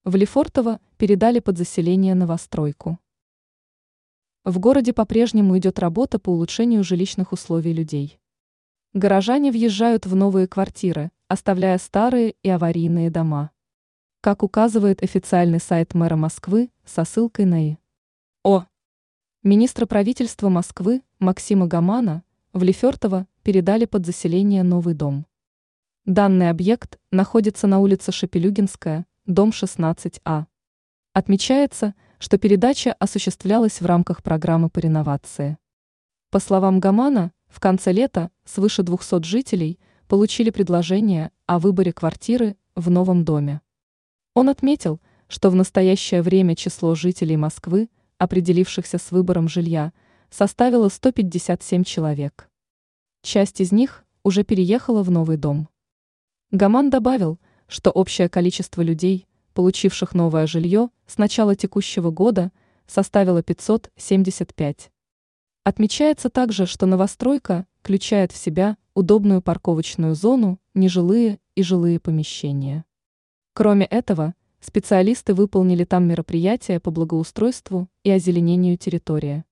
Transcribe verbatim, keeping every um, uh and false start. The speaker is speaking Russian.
В Лефортово передали под заселение новостройку. В городе по-прежнему идет работа по улучшению жилищных условий людей. Горожане въезжают в новые квартиры, оставляя старые и аварийные дома. Как указывает официальный сайт мэра Москвы со ссылкой на и. О. Министра правительства Москвы Максима Гамана в Лефортово передали под заселение новый дом. Данный объект находится на улице Шепелюгинская, дом шестнадцать А. Отмечается, что передача осуществлялась в рамках программы по реновации. По словам Гамана, в конце лета свыше двухсот жителей получили предложение о выборе квартиры в новом доме. Он отметил, что в настоящее время число жителей Москвы, определившихся с выбором жилья, составило сто пятьдесят семь человек. Часть из них уже переехала в новый дом. Гаман добавил, что общее количество людей, получивших новое жилье с начала текущего года, составило пятьсот семьдесят пять. Отмечается также, что новостройка включает в себя удобную парковочную зону, нежилые и жилые помещения. Кроме этого, специалисты выполнили там мероприятия по благоустройству и озеленению территории.